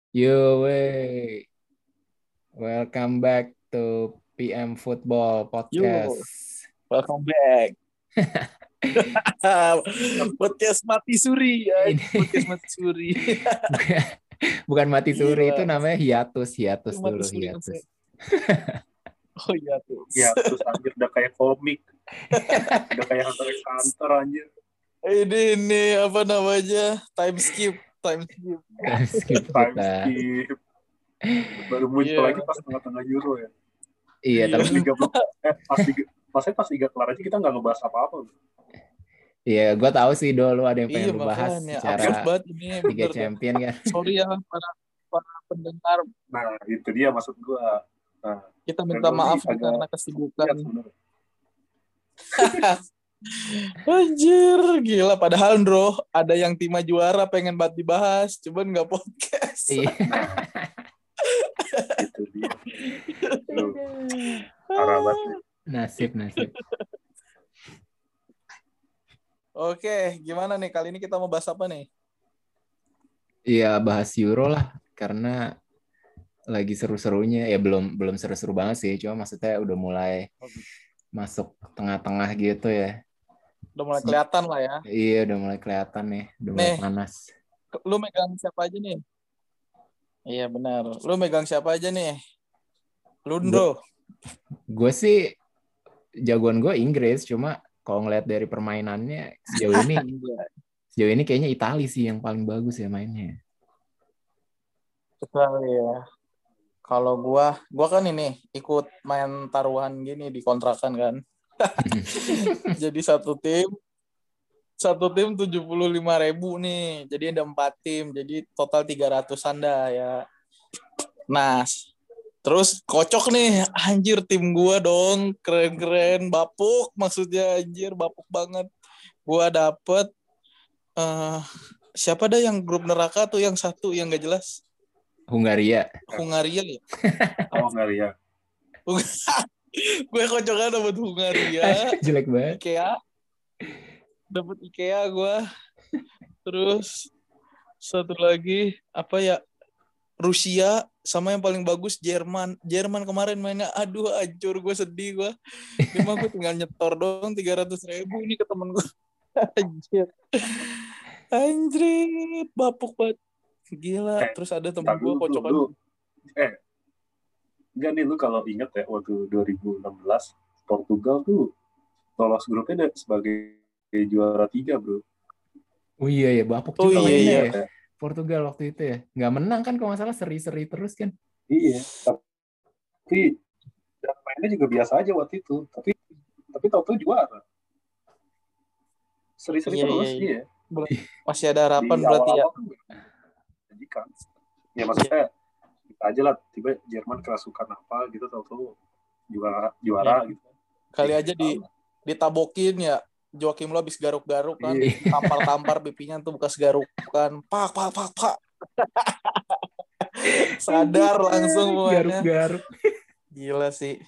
Yo, wey. Welcome back to PM Football Yo, Podcast. welcome back. Podcast mati suri ya, Ini podcast mati suri. bukan, bukan mati suri, itu Gila, namanya hiatus, hiatus mati dulu, suri hiatus. nge Oh iya tuh. Ya, terus anjir udah kayak komik, udah kayak Hunter x Hunter anjir. Ini apa namanya? Time skip. Skip Time kita. skip. Baru muncul Iya. lagi pas tengah-tengah Euro ya. Iya, Iya. Pas tapi Liga belum, pas Liga kelar aja kita nggak ngebahas apa-apa. iya, gue tahu sih dulu ada yang Iya pengen lu bahas makanya absurd secara banget ini Liga bener dah. Champion kan. Sorry ya para pendengar, Nah, itu dia maksud gua. Nah, kita minta Ronaldo maaf ini agak karena kesibukan. lihat sebenarnya. Anjir, gila. Padahal bro, ada yang timnya juara pengen banget dibahas, cuman nggak podcast. Iya. Nah, itu dia. Tuh, parah banget. Nasib. Oke, gimana nih? Kali ini kita mau bahas apa nih? Iya, bahas Euro lah, karena lagi seru-serunya. Ya belum seru-seru banget sih, cuma maksudnya udah mulai masuk tengah-tengah gitu ya. Udah mulai kelihatan lah ya. Iya, udah mulai kelihatan nih, udah mulai Nih, panas. lu megang siapa aja nih? Iya benar. Lu megang siapa aja nih? Lundro. Gue sih jagoan gue Inggris, cuma kalau ngeliat dari permainannya sejauh ini kayaknya Italia sih yang paling bagus ya mainnya. Betul ya. Kalau gua kan ini ikut main taruhan gini di kontrakan kan. Jadi satu tim 75.000 nih. Jadi ada 4 tim. Jadi total 300-an dah ya. Nah, terus kocok nih, anjir tim gua dong, keren-keren, bapuk maksudnya anjir, bapuk banget. Gua dapet siapa dah yang grup neraka tuh yang satu yang gak jelas? Hungaria. Hungaria ya? Oh, nggak lihat. Gue kocokan dapet Hungaria, Jelek banget. dapet IKEA gue. Terus satu lagi apa ya? Rusia sama yang paling bagus Jerman kemarin mainnya, aduh hancur, gue sedih gue. Ini mah gue tinggal nyetor doang 300.000 ini ke temen gue. Anjir bapuk banget gila. Terus ada temen gue kocokan Enggak nih, lu kalau inget ya waktu 2016 Portugal tuh lolos grupnya sebagai juara 3 bro. Oh iya ya, bapuk Oh juga iya, mainnya iya. ya. Portugal waktu itu ya. Nggak menang kan kalau nggak salah, seri-seri terus kan. Iya, tapi dan mainnya juga biasa aja waktu itu. Tapi tahu-tahu juara. Seri-seri terus, iya. Masih ada harapan Di berarti ya. awal-awal tuh menjanjikan. Ya maksudnya kita aja lah, tiba Jerman kerasukan apa gitu, tahu-tahu juara Iya. gitu. Kali aja ditabokin ya. Joakim lo habis garuk-garuk kan, tampar-tampar pipinya tuh bekas garukan, pak. Sadar langsung pokoknya. Garuk-garuk. Gila sih.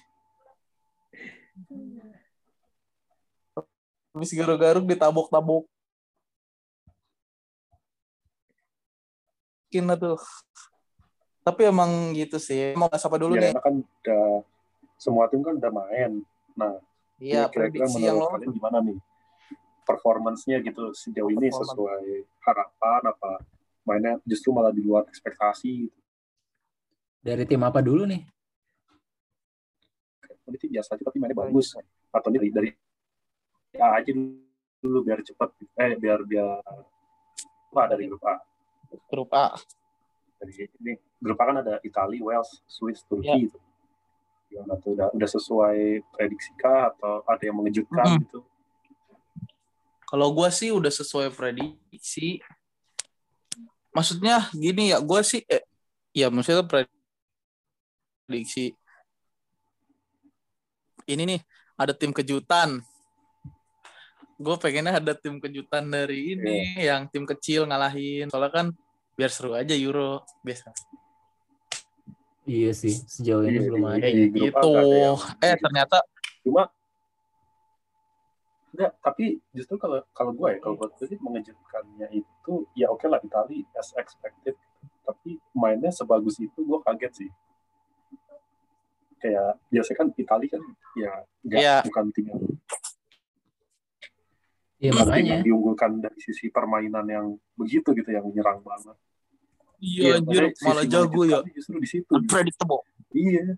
Habis garuk-garuk ditabok-tabok. Kina tuh. Tapi emang gitu sih. Mau bahas apa dulu nih? Ya kan udah semua tim kan udah main. Nah, iya, kira-kira prediksi yang menurut kalian gimana nih? Performance-nya gitu sejauh ini sesuai harapan apa mainnya justru malah di luar ekspektasi gitu. Dari tim apa dulu nih? Ini tim biasa aja tapi mainnya bagus. Atau dari A aja dulu biar cepat. Biar dari grup A. Grup A. Dari ini grup A kan ada Italia, Wales, Swiss, Turki gitu. Gimana tuh udah sesuai prediksi kah atau ada yang mengejutkan gitu? Kalau gue sih udah sesuai prediksi. Maksudnya gini ya, gue sih ya maksudnya prediksi. Ini nih ada tim kejutan. Gue pengennya ada tim kejutan dari ini yang tim kecil ngalahin. Soalnya kan biar seru aja Euro biasa. Iya sih, sejauh ini belum ada gitu. Ternyata cuma enggak, tapi justru kalau gue sih mengejutkannya itu ya oke lah, Italia as expected. tapi mainnya sebagus itu gue kaget sih. Kayak biasanya kan Italia kan ya bukan tim yang diunggulkan dari sisi permainan yang begitu gitu, yang menyerang banget. Iya, anjir, malah jago ya. Justru di situ. Unpredictable. Iya.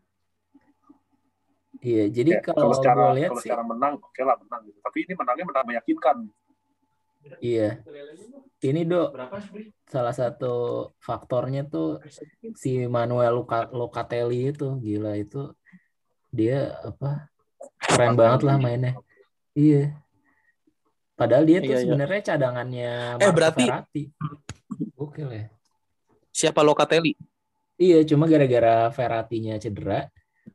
Iya, jadi kalau secara menang, oke lah menang gitu. Tapi ini menangnya menang meyakinkan. Iya. Ini salah satu faktornya tuh si Manuel Locatelli itu, gila itu. Dia keren banget lah mainnya. Iya. Padahal dia tuh sebenarnya cadangannya Marco Verratti. Gokil ya. Siapa Locatelli? Iya, cuma gara-gara Verratti-nya cedera.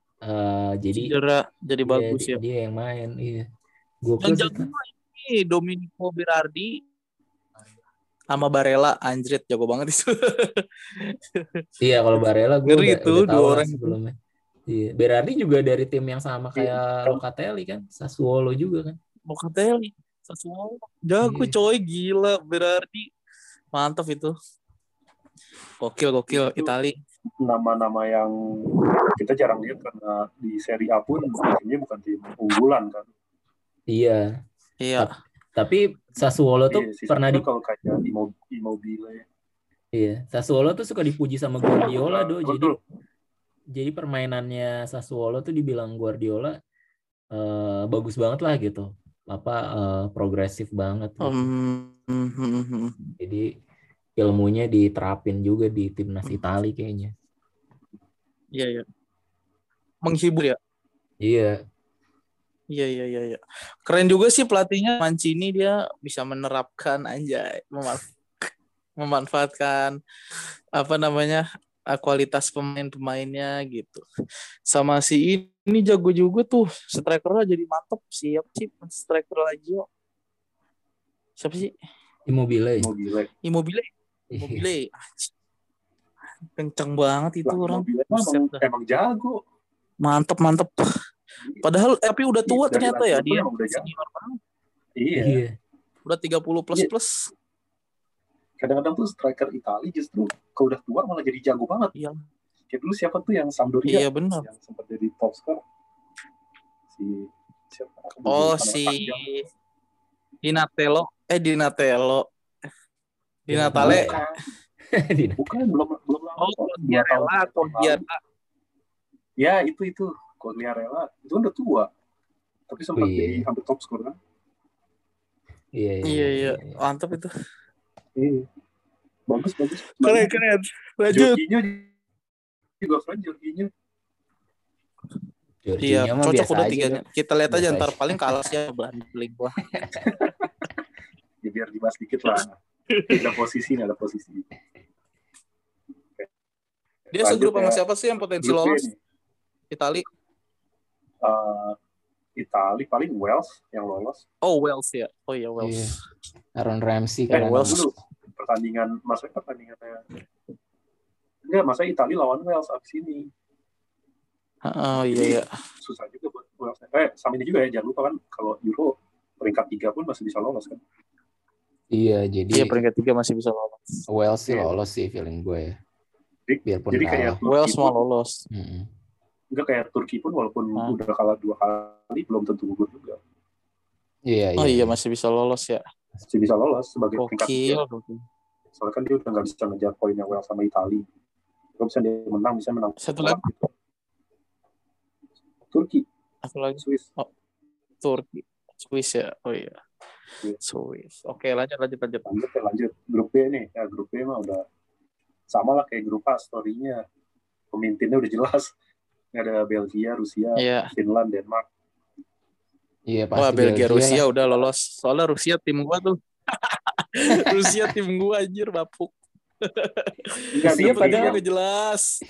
Jadi bagus ya. Dia yang main, iya. Yang jago ini Domenico Berardi sama Barella, anjrit jago banget itu. Iya, kalau Barella gue udah tahu orang sebelumnya. Iya, Berardi juga dari tim yang sama kayak Locatelli kan, Sassuolo juga kan. Locatelli, Sassuolo, jago coy, gila Berardi, mantap itu. Gokil Itali. Nama-nama yang kita jarang lihat karena di Serie A pun timnya bukan tim unggulan kan. Iya. Tapi Sassuolo tuh pernah kalau kayak Immobile. Iya, Sassuolo tuh suka dipuji sama Guardiola jadi permainannya Sassuolo tuh dibilang Guardiola bagus banget lah gitu. Progresif banget gitu. Jadi ilmunya diterapin juga di timnas Italia kayaknya. Iya. Menghibur ya? Iya. Iya. Keren juga sih pelatihnya Mancini, dia bisa menerapkan memanfaatkan kualitas pemain-pemainnya gitu. Sama si ini jago juga tuh, strikernya jadi mantep. Siapa sih striker Lazio? Siapa sih? Immobile. Kenceng banget itu orang. Emang jago. Mantep. Padahal tapi udah tua ternyata ya dia. Senior banget. Iya. Udah 30 plus. Kadang-kadang tuh striker Italia justru kalau udah tua malah jadi jago banget. Iya. Kayak dulu siapa tuh yang Sampdoria? Iya benar. Yang sempat jadi top scorer. Di Natale. Bukan, belum lama. Quagliarella. Ya, itu Quagliarella. Itu udah tua. Tapi sempat jadi hampir top scorer kan? Iya. Mantap itu. Iya. Bagus. Keren. Lanjut. Jorginho. Iya, cocok udah tiganya. Kita lihat aja ntar paling kalah siapa balik gua. Ya biar dibahas dikit lah. Ada posisi. Dia segrup sama siapa sih yang potensi lolos? Itali. Itali paling Wales yang lolos. Oh, Wales ya. Oh iya, Wales. Iya. Aaron Ramsey kan. Wales dulu. Pertandingannya enggak, masa Itali lawan Wales abis ini. Oh iya. Susah juga buat Wales. Sama ini juga ya, jangan lupa kan kalau Euro peringkat 3 pun masih bisa lolos kan. Iya, jadi peringkat 3 masih bisa lolos. Wales sih lolos sih feeling gue ya. Biarpun jadi kalah. Kayak Wales mau lolos. Enggak kayak Turki pun walaupun udah kalah 2 kali belum tentu gugur juga. Iya. Oh iya, masih bisa lolos ya. Masih bisa lolos sebagai peringkat 3. Gokil. Soalnya kan dia udah nggak bisa ngejar poinnya Wales sama Italia. Kalau bisa dia menang satu lagi gitu. Turki. Satu lagi Swiss. Oh, Turki. Swiss ya. Oh iya. Swiss. Oke, lanjut. Grup B nih. Ya, grup B mah udah sama lah kayak grup A story-nya. Pemimpinnya udah jelas. Ada Belgia, Rusia, Finland, Denmark. Iya, pasti. Wah, Belgia, Rusia udah lolos. Soalnya Rusia tim gua tuh. Rusia tim gua anjir bapuk. Rusia padahal gak jelas.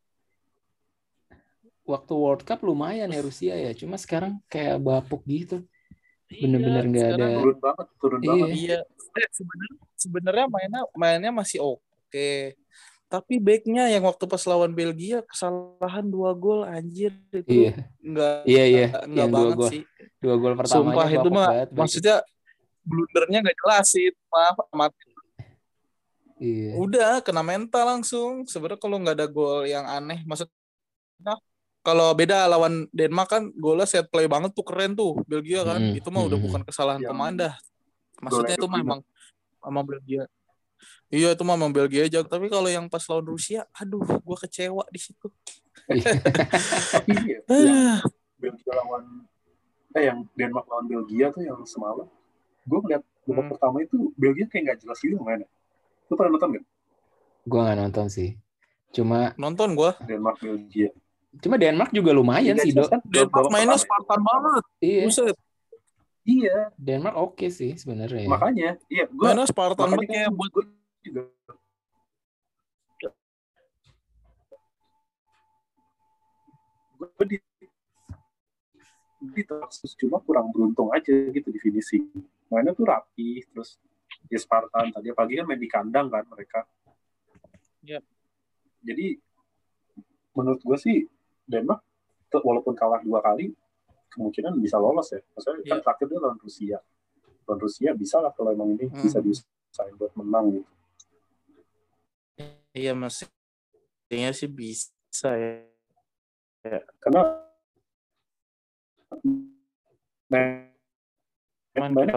Waktu World Cup lumayan ya Rusia ya. Cuma sekarang kayak bapuk gitu. Bener-bener nggak ada. Turun banget. Iya. Sebenarnya mainnya masih oke. Tapi backnya yang waktu pas lawan Belgia kesalahan 2 gol anjir itu nggak banget gol. sih. 2 gol pertamanya. Sumpah itu mah maksudnya blundernya nggak jelas sih. Maaf amat. Iya. Udah kena mental langsung. Sebenarnya kalau nggak ada gol yang aneh, maksudnya kalau beda lawan Denmark kan golnya set play banget tuh, keren tuh Belgia kan. Itu mah udah bukan kesalahan pemain dah. Maksudnya itu memang Belgia. Iya itu mah memang Belgia aja. Tapi kalau yang pas lawan Rusia, aduh, gue kecewa di situ. Tapi yang Belgia yang Denmark lawan Belgia tuh yang semalam, gue ngeliat babak pertama itu Belgia kayak nggak jelas gitu mainnya. Lu pernah nonton nggak? Gue nggak nonton sih. Cuma nonton gue. Denmark Belgia. Cuma Denmark juga lumayan sih, Dok. Kan Denmark mainnya Spartan banget. Iya. Buset. Iya. Denmark oke sih sebenarnya. Makanya, iya. Mainnya Spartan banget kayak buat gue juga. Gue di Texas cuma kurang beruntung aja gitu di finishing. Mainnya tuh rapi, terus ya Spartan tadi pagi kan main di kandang kan mereka. Yep. Jadi menurut gue sih Denmark walaupun kalah 2 kali kemungkinan bisa lolos ya. Maksudnya kan terakhir dia lawan Rusia. Lawan Rusia bisa lah kalau emang ini bisa diusahain buat menang gitu. Iya mestinya sih bisa ya. Karena mainnya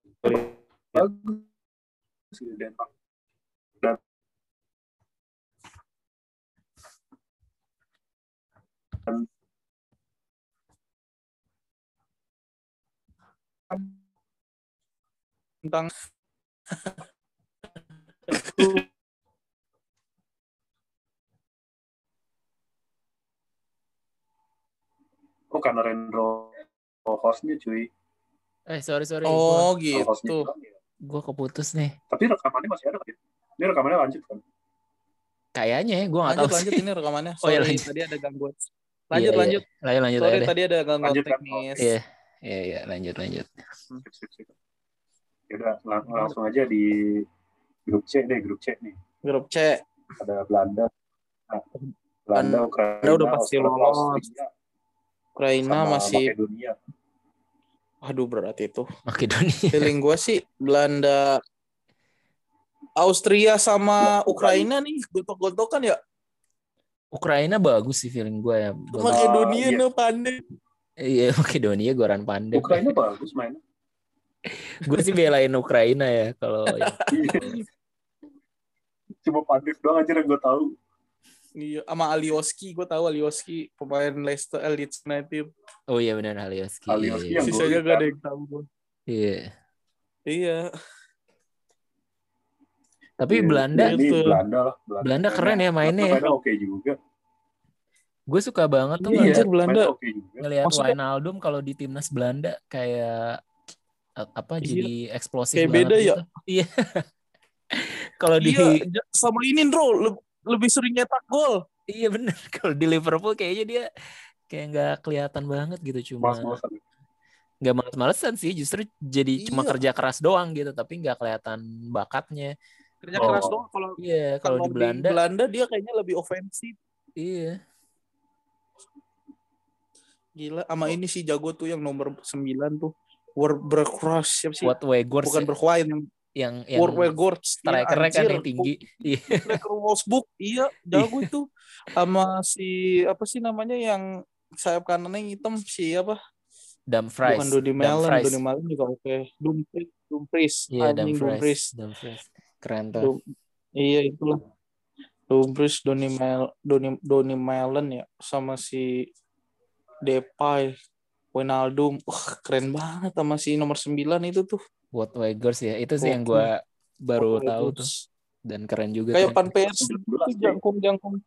bagus sih Denmark. Dan tentang karena Rendro hostnya cuy. Sorry. Oh gitu. Gue keputus nih. Tapi rekamannya masih ada kan? Ini rekamannya lanjut kan? Kayaknya gue nggak tahu lanjut sih. ini rekamannya. Oh ya, tadi ada gangguan. Lanjut. Sorry tadi ada gangguan teknis. Iya, lanjut. Ya udah langsung aja di grup C nih. Grup C. Ada Belanda. Ukraina udah pasti lolos. Ukraina masih Makedonia. Aduh berat itu. Makedonia. Feeling gue sih Belanda, Austria sama Ukraina nih gontok-gontokan ya. Ukraina bagus sih feeling gue ya. Makedonia pandai. Iya Makedonia goran pandai. Ukraina bagus mainnya. Gue sih belain Ukraina ya kalau. Cuma pandai doang aja yang gue tahu. Iya, sama Alioski, gue tahu Alioski pemain Leicester Leeds United. Oh iya benar Alioski. Yang sisanya gak ada yang tahu. Iya. Tapi Belanda keren ya mainnya. Mainnya oke juga. Gue suka banget tuh Belanda. Ngelihat Wijnaldum kalau di timnas Belanda kayak jadi eksplosif kayak banget beda gitu. Ya. Iya. Kalau sama ini bro lebih sering nyetak gol. Iya bener. Kalau di Liverpool kayaknya dia kayak nggak kelihatan banget gitu, cuma nggak males-malesan sih, justru jadi cuma kerja keras doang gitu, tapi nggak kelihatan bakatnya. Kerja keras doang. Kalau di Belanda dia kayaknya lebih ofensif. Iya. Gila, sama ini sih jago tuh yang nomor 9 tuh. Berkros siapa sih? Bukan Berkwain yang strikernya kan yang tinggi. Striker Wolfsburg, iya jago tuh. Sama si apa sih namanya yang sayap kanannya yang hitam si apa? Dumfries. Bukan Donny Malen juga oke. Dumfries. Iya, Dumfries. Keren tuh. Iya itulah. Dumfries, Donny Malen ya, sama si Depay, Wijnaldum. Keren banget sama si nomor 9 itu tuh. Wout Weghorst ya, itu sih yang gue baru tahu tuh, dan keren juga. Kayak Van Persie itu jangkung.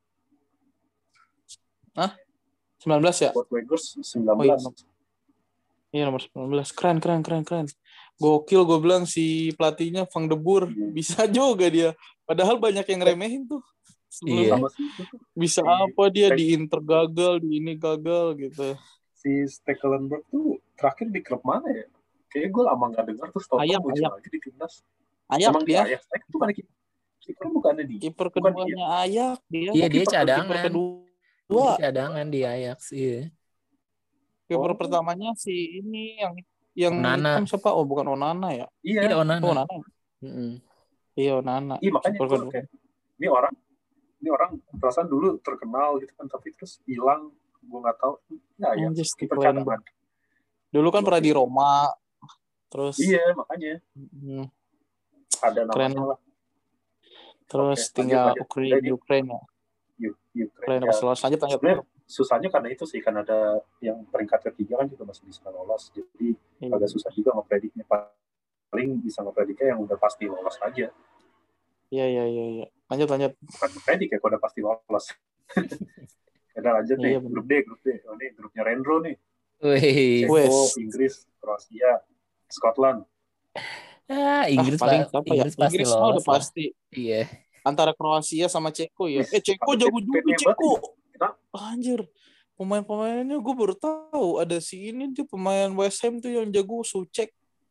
19 ya? Wout Weghorst 19. Iya nomor 19. Keren. Gokil, gue bilang si pelatihnya Van de Boer bisa juga dia. Padahal banyak yang remehin tuh. Sebelumnya bisa apa dia di Inter gagal, di ini gagal gitu. Si Stekelenburg tuh terakhir di klub mana ya? Kayaknya gue lama nggak dengar terus muncul lagi di timnas. Ayak dia. Itu kan kiper bukannya di. Kiper keduanya Ayak dia. Iya dia cadangan. Kiper kedua. Dia cadangan di Ajax iya. Kiper pertamanya si ini yang Onana. Siapa? Oh bukan Onana ya? Iya Onana. Onana. Iya, Onana. Iya makanya Super gue kedua. kayak ini orang perasaan dulu terkenal gitu kan, tapi terus hilang, gue nggak tahu. Ya Anjir, kiper keren cadangan. Dulu kan pernah di Roma, terus Iya makanya ada keren namanya lah. terus Oke, tinggal lanjut. Ukraine ya. Ukraine Ukraine ya. pas lolos lanjut. Sebenarnya susahnya karena itu sih, karena ada yang peringkat ketiga kan juga masih bisa lolos, jadi agak susah juga ngeprediknya. Paling bisa ngeprediknya yang udah pasti lolos aja. Iya. Lanjut. Bukan ngepredik ya, kalau udah pasti lolos. Udah lanjut nih, Iya, grup D. Oh, ini grupnya Rendro nih. Wih. Ceko, Inggris, Kroasia, Scotland. Inggris Inggris pasti mah lolos udah pasti. Iya. Antara Kroasia sama Ceko ya. Ceko jago juga Ceko. Anjir. Pemain-pemainnya gue baru tahu ada si ini tuh pemain West Ham tuh yang jago, Soucek.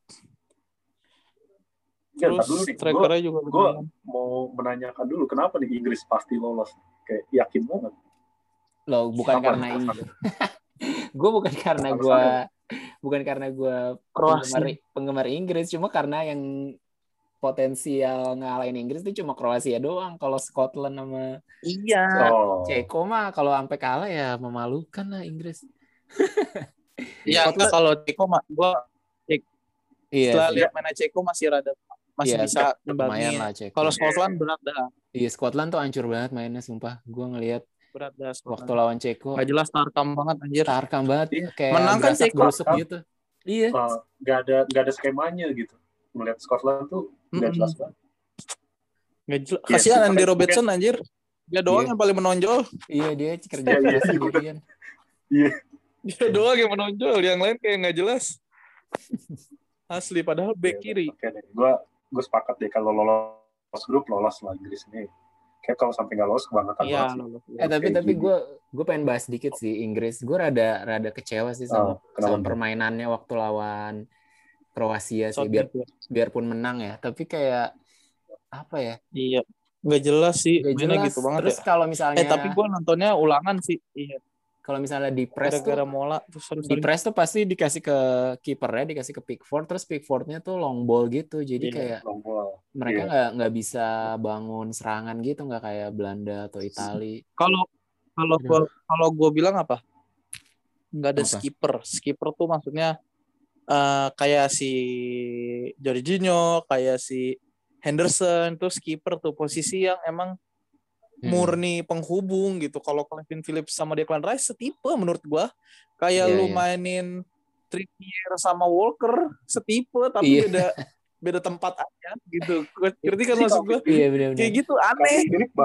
Terus strikernya juga gue mau menanyakan dulu kenapa nih Inggris pasti lolos, kayak yakin banget Loh, bukan karena Inggris. Gue bukan karena gue penggemar Inggris, cuma karena yang potensial ngalahin Inggris itu cuma Kroasia doang. Kalau Scotland sama Ceko mah kalau sampai kalah ya memalukan lah Inggris. Iya, kalau Ceko mah gue setelah lihat mana Ceko masih bisa nembangin. Kalau Scotland berat dah. Iya, Scotland tuh hancur banget mainnya, sumpah. Gue ngelihat berat dah waktu lawan Ceko. Gak jelas, tarkam banget anjir. Tarkam banget, kayak menang kan Ceko gitu. Iya. Gak ada skemanya gitu. Melihat Scotland tuh gak jelas banget. Gak jelas. Kasihan Andy Robertson anjir. Dia doang yang paling menonjol. Iya, dia kerja sendirian. Iya. Dia doang yang menonjol, yang lain kayak gak jelas. Asli, padahal back kiri. Oke deh, gue sepakat deh kalau lolos grup, lolos lah Inggris ini. Kayak kalau sampai nggak lolos kebangetan banget sih. Tapi gue pengen bahas dikit sih Inggris. Gue rada kecewa sih sama permainannya waktu lawan Kroasia sih. Biarpun menang ya, tapi kayak apa ya? Iya, nggak jelas sih. Mainnya gitu banget. Terus kalau misalnya tapi gue nontonnya ulangan sih. Iya. Kalau misalnya di press gara-gara mola di press tuh pasti dikasih ke kipernya, dikasih ke Pickford, terus Pickfordnya tuh long ball gitu, jadi kayak mereka nggak bisa bangun serangan gitu, nggak kayak Belanda atau Itali. Kalau gue bilang apa? Nggak ada skipper tuh maksudnya kayak si Jorginho, kayak si Henderson tuh skipper tuh, posisi yang emang murni penghubung gitu. Kalau Calvin Phillips sama Declan Rice setipe menurut gua. Kayak lu mainin Trippier sama Walker setipe, tapi beda tempat aja gitu. Ngerti kan maksud gua? Iya, benar-benar. Kayak gitu aneh.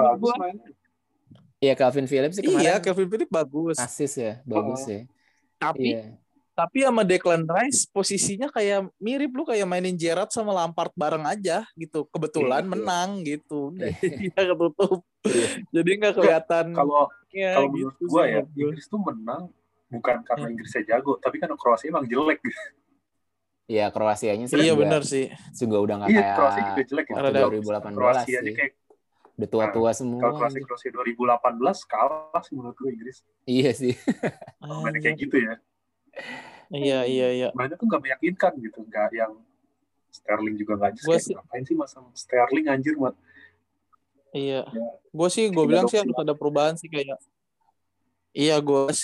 Iya, Calvin Phillips sih kemarin. Iya, Calvin Phillips bagus. Asis ya, bagus ya. Tapi sama Declan Rice posisinya kayak mirip, lu kayak mainin Gerrard sama Lampard bareng aja gitu. Kebetulan menang gitu. Jadi ketutup. Jadi nggak kelihatan. Kalau menurut gue ya, Inggris tuh menang bukan karena Inggrisnya jago, tapi karena Kroasia emang jelek. Iya, Kroasianya sih. Iya benar sih. Juga udah nggak kayak Kroasia juga jelek waktu 2018 sih. Kayak udah tua-tua semua. Kalau Kroasia 2018 kalah sih menurut gue Inggris. Iya sih. Mainnya kayak gitu ya. Iya. Mainnya tuh nggak meyakinkan gitu, nggak yang Sterling juga nggak jelas. Ngapain sih masang Sterling anjir, Mat? Iya. Gue bilang sih harus ada perubahan sih kayak. Iya,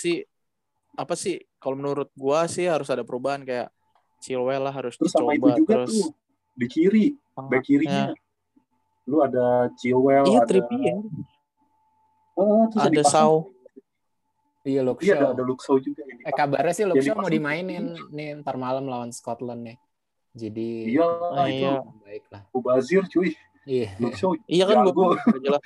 kalau menurut gue sih harus ada perubahan kayak Chilwell lah harus terus dicoba. Sama itu juga terus tuh di kiri, back kirinya. Lu ada Chilwell, ada Trippier. Ada Shaw. Iya, Luke Shaw. Ada Luke Shaw juga. Kabarnya sih Luke Shaw mau dimainin nih ntar malam lawan Scotland nih. Jadi iya. Baik lah. Mubazir cuy. Iya. Luke Shaw. Iya kan gue jelas.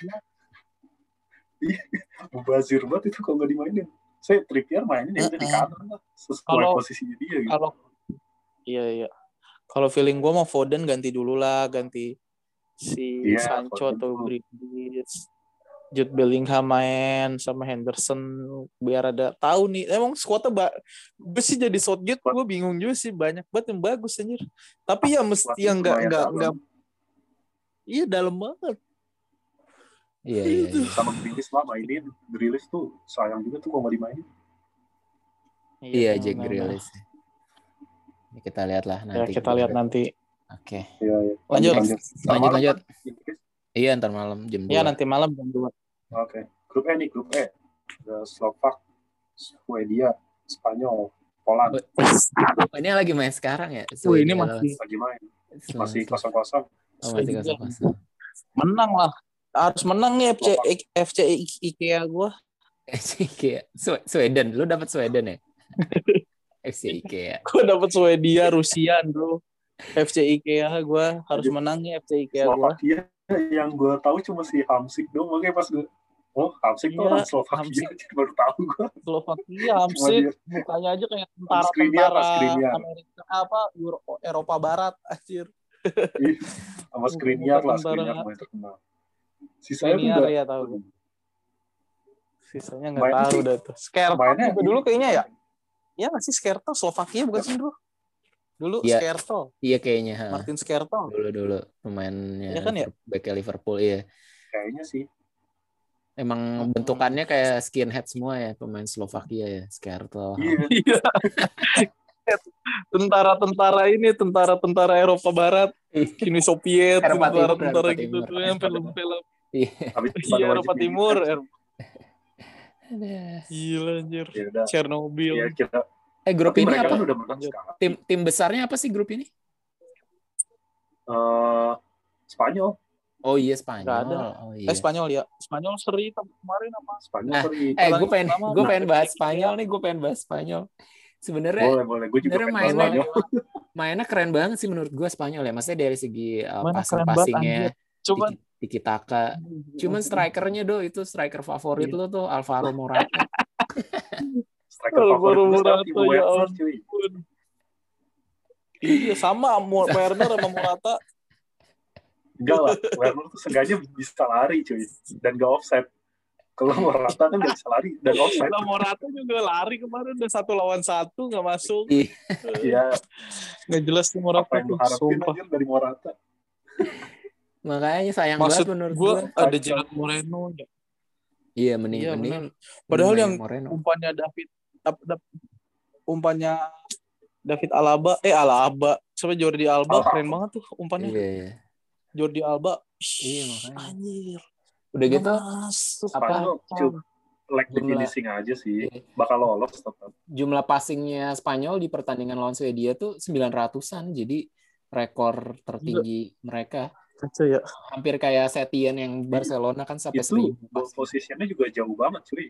Mubazir banget itu kalau nggak dimainin. Saya Trippier mainin ya udah di kanan lah. Sesuai posisinya dia gitu. Iya. Kalau feeling gue mau Foden ganti dulu lah, ganti si Sancho Foden atau Grealish. Jude Bellingham main sama Henderson biar ada tahu nih. Emang squadnya gue sih jadi Southgate gue bingung juga sih, banyak banget yang bagus anjir. Tapi ya mesti yang enggak iya dalam banget. Iya. Sama Grealish lah mainin. Grealish tuh sayang juga tuh kalau nggak dimainin. Iya, Jack Grealish. Kita lihat lah nanti. Kita lihat nanti. Oke. Iya. Lanjut. Lanjut. Iya, ntar malam jam 2. Iya, nanti malam jam 2. Oke. Grup E nih, grup E. Ada Slovak, Swedia, Spanyol, Poland. Ini lagi main sekarang ya? Ini lagi main. Masih 0-0. Oh, masih 0-0. Menang lah. Harus menang nih FC IKEA gue. FC IKEA. Sweden. Lu dapat Sweden ya? FC IKEA. Gue dapat Swedia, Rusia, bro. FC IKEA gue harus menang nih FC IKEA gue. Slovakia yang gue tahu cuma si Hamsik dong. Makanya pas gue Hamsik tuh orang Slovakia. Baru tahu gue. Slovakia, Hamsik. Mukanya aja kayak tentara Amerika Eropa Barat, anjir. Sama Skriniar lah, Skriniar main terkenal. Sisanya tuh ya tahu. Sisanya nggak tahu dah tuh. Skertel juga dulu kayaknya ya. Iya nggak sih Skertel Slovakia bukan sih dulu ya, Skertel. Iya kayaknya. Martin Skertel. Dulu pemainnya. Iya kan ya? Back Liverpool ya. Kayaknya sih. Emang bentukannya kayak skinhead semua ya pemain Slovakia ya, Skertel. Iya. Tentara Eropa Barat, Uni Soviet, tentara gitu tuh yang film-film. Iya, Eropa Timur. Gila anjir. Chernobyl. Grup ini apa? Tim besarnya apa sih grup ini? Spanyol. Oh iya Spanyol. Oh, iya. Spanyol ya. Spanyol seri kemarin apa? Spanyol seri. Gue pengen bahas Spanyol nih. Sebenarnya mainnya keren banget sih menurut gue Spanyol ya. Maksudnya dari segi passing-passingnya, tiki-taka. Cuman strikernya itu striker favorit lo tuh Alvaro Morata. Striker favorit ya ampun. Iya sama Werner sama Morata. Enggak lah, Werner tuh seenggaknya bisa lari cuy dan gak offside. Kalau Morata kan gak bisa lari dan offside. Kalau Morata juga lari kemarin udah 1 lawan 1 gak masuk. Iya. Gak jelas tuh Morata. Apa yang lu harapin dari Morata? Makanya sayang banget menurut gue. Ada Gerard Moreno. Iya mending. Padahal yang Moreno. umpannya David Alaba sama Jordi Alba keren banget tuh umpannya. Iya. Jordi Alba. Iya makanya. Anjir. Udah gitu lag di finishing aja sih. Bakal lolos tetap. Jumlah passingnya Spanyol di pertandingan lawan Swedia tuh 900-an. Jadi rekor tertinggi mereka. Ya. Hampir kayak Setien yang Barcelona kan sampai 1000. Itu posisinya juga jauh banget cuy.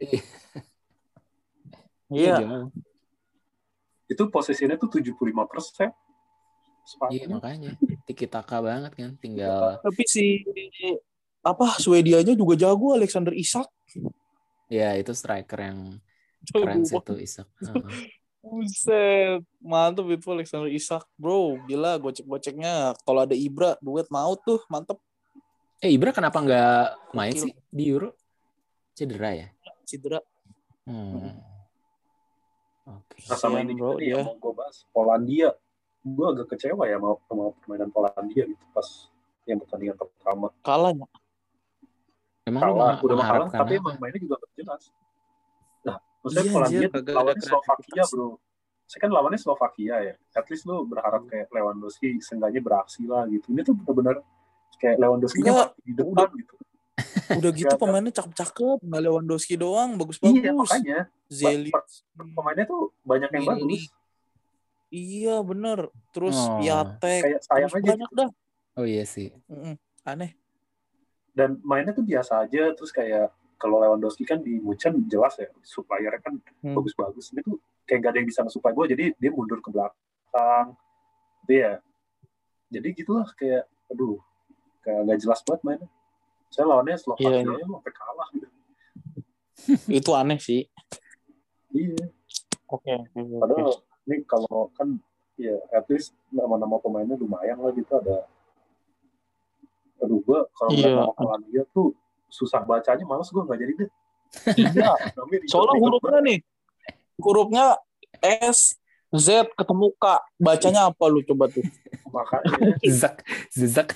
Iya. Itu posisinya tuh 75%. Iya makanya tiki-taka banget kan tinggal. Tapi Swedianya juga jago Alexander Isak. Ya itu striker yang keren sih tuh Isak. Buset, mantep itu Alexander Isak, bro. Gila gocek-goceknya. Kalau ada Ibra duet mau tuh mantep. Ibra kenapa nggak main sih di Euro? Cedera ya? Cedera. Okay. Nah sama ini bro, ya mau gue bahas Polandia. Gue agak kecewa ya sama permainan Polandia gitu pas yang pertandingan pertama. Kalah ya? Udah kalah, tapi emang mainnya juga gak jelas. Nah, maksudnya Polandia lawannya Slovakia bro. Saya kan lawannya Slovakia ya. At least lu berharap kayak Lewandowski seenggaknya beraksi lah gitu. Ini tuh benar-benar kayak Lewandowski-nya mati di depan gitu. Udah gitu pemainnya cakep-cakep. Nggak Lewandowski doang, bagus-bagus. Iya makanya. Zeli. Pemainnya tuh banyak yang bagus. Iya bener. Terus Piatek. Kayak sayang aja banyak dah. Oh iya sih. Aneh. Dan mainnya tuh biasa aja. Terus kayak kalau Lewandowski kan di Munchen jelas ya. Suppliernya kan bagus-bagus. Ini tuh kayak gak ada yang bisa nge-supply gue. Jadi dia mundur ke belakang. Jadi gitulah kayak aduh. Kayak gak jelas banget mainnya. Saya lawannya Slovakia sampai kalah gitu. Itu aneh sih. Iya. Oke. Padahal ini kalau kan ya at least nama-nama pemainnya lumayan lah gitu ada. Aduh gue kalau nama Polandia tuh susah bacanya, malas gue nggak jadi deh. Iya. Soalnya hurufnya S Z ketemu K, bacanya apa lu coba tuh? Makanya. Zak.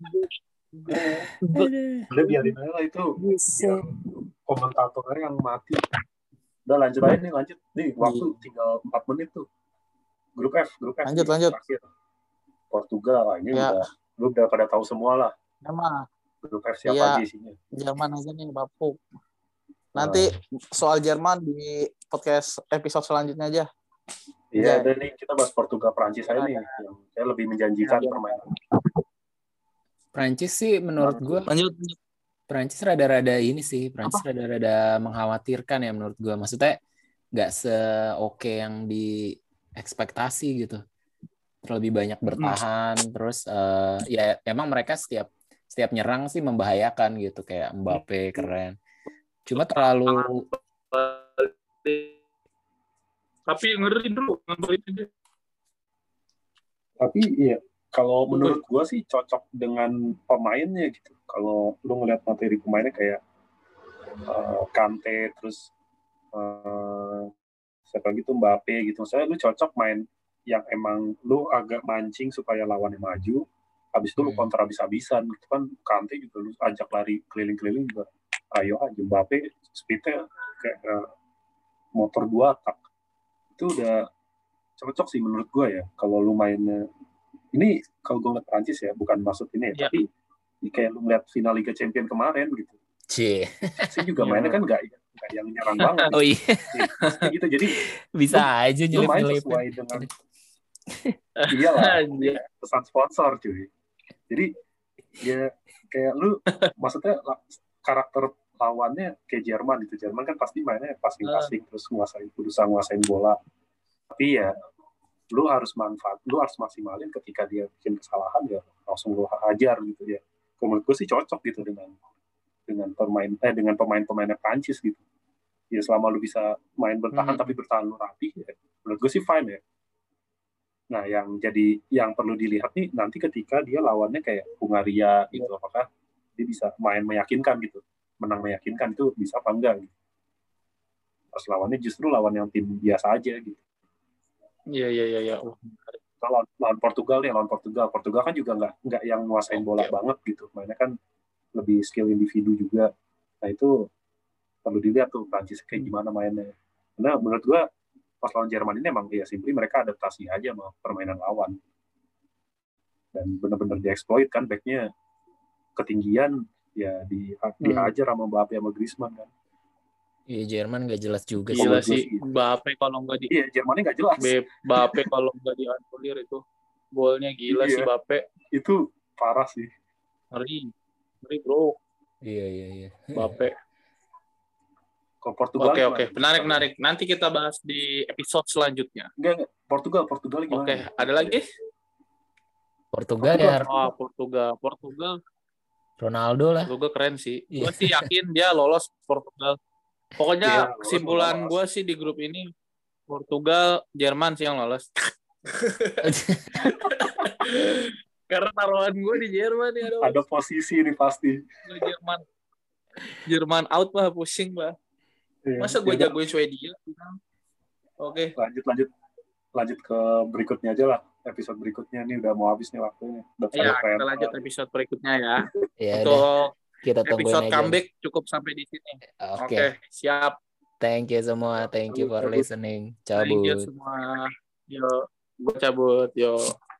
Udah biarin aja lah itu. Komentatornya yang mati. Udah lanjut aja nih, Nih waktu tinggal 4 menit tuh. Grup F. Lanjut. Terakhir. Portugal ini Ya. lu udah pada tahu semua lah. Emang. Grup F siapa Iya. aja isinya. Jerman aja nih bapuk. Nanti soal Jerman di podcast episode selanjutnya aja. Iya, Ya. dan nih kita bahas Portugal Prancis aja nih yang kayak lebih menjanjikan Ya. permainan. Prancis sih menurut gue Lanjut. Prancis rada-rada ini sih, Prancis rada-rada mengkhawatirkan ya menurut gue. Maksudnya nggak se-oke yang diekspektasi gitu. Lebih banyak bertahan, terus ya emang mereka setiap nyerang sih membahayakan gitu, kayak Mbappe keren. Cuma terlalu Tapi ngeri dulu ngambilin aja. Tapi iya, kalau menurut gua sih cocok dengan pemainnya gitu. Kalau lu ngeliat materi pemainnya kayak Kante, terus siapa gitu Mbappe gitu. Saya lu cocok main yang emang lu agak mancing supaya lawannya maju. Habis itu lu kontra habis-habisan gitu kan. Kante juga lu ajak lari keliling-keliling juga. Ayo aja Mbappe speednya kayak motor 2 tak. Itu udah cocok sih menurut gue ya. Kalau lu mainnya ini kalau gue ngeliat Prancis ya, bukan maksud ini ya, tapi kayak lu ngeliat final Liga Champions kemarin gitu. Saya juga mainnya kan nggak yang nyerang banget. Oh iya. Maksudnya gitu. Jadi Bisa aja lu main nyelip-nyelipin. sesuai dengan iyalah pesan sponsor cuy. Jadi ya kayak lu maksudnya karakter lawannya kayak Jerman gitu. Jerman kan pasti mainnya passing terus nguasain bola. Tapi ya lu harus maksimalin ketika dia bikin kesalahan ya langsung lu hajar gitu ya. Menurut gue sih cocok gitu dengan pemain-pemainnya Prancis gitu. Ya selama lu bisa main bertahan tapi bertahan lu rapi ya, menurut gue sih fine ya. Nah, yang perlu dilihat nih nanti ketika dia lawannya kayak Hungaria gitu, apakah dia bisa main meyakinkan gitu. Menang meyakinkan itu bisa apa enggak gitu. Pas lawannya justru lawan yang tim biasa aja gitu. Iya. Kalau lawan Portugal kan juga nggak yang nguasain bola banget gitu. Mainnya kan lebih skill individu juga. Nah itu perlu dilihat tuh Prancis kayak gimana mainnya. Karena menurut gua pas lawan Jerman ini emang ya simply mereka adaptasi aja sama permainan lawan. Dan benar-benar dieksploit kan backnya ketinggian ya dihajar sama Mbappe sama Griezmann kan. Iya, Jerman nggak jelas juga sih. Gila sih, Mbappe kalau nggak Iya, Jermannya nggak jelas. Mbappe kalau nggak dianulir itu golnya gila sih Mbappe. Itu parah sih. Ngeri bro. Iya. Mbappe. Kalau Portugal Oke. Menarik. Nanti kita bahas di episode selanjutnya. Enggak. Portugal gimana? Oke, ada lagi? Portugal ya. Portugal. Ronaldo lah. Portugal keren sih. Gue sih yakin dia lolos Portugal. Pokoknya kesimpulan gue sih di grup ini Portugal, Jerman sih yang lolos. Karena taruhan gue di Jerman ya. Ada posisi nih pasti. Jerman out lah, pusing lah. Masa gue jagoin Swedia? Oke. Lanjut ke berikutnya aja lah. Episode berikutnya nih udah mau habis nih waktunya. Iya, kita lanjut episode berikutnya ya. Untuk kita episode comeback cukup sampai di sini. Oke, siap. Thank you semua. Thank you for listening. Cabut. Thank you semua. Yo, gue cabut. Yo.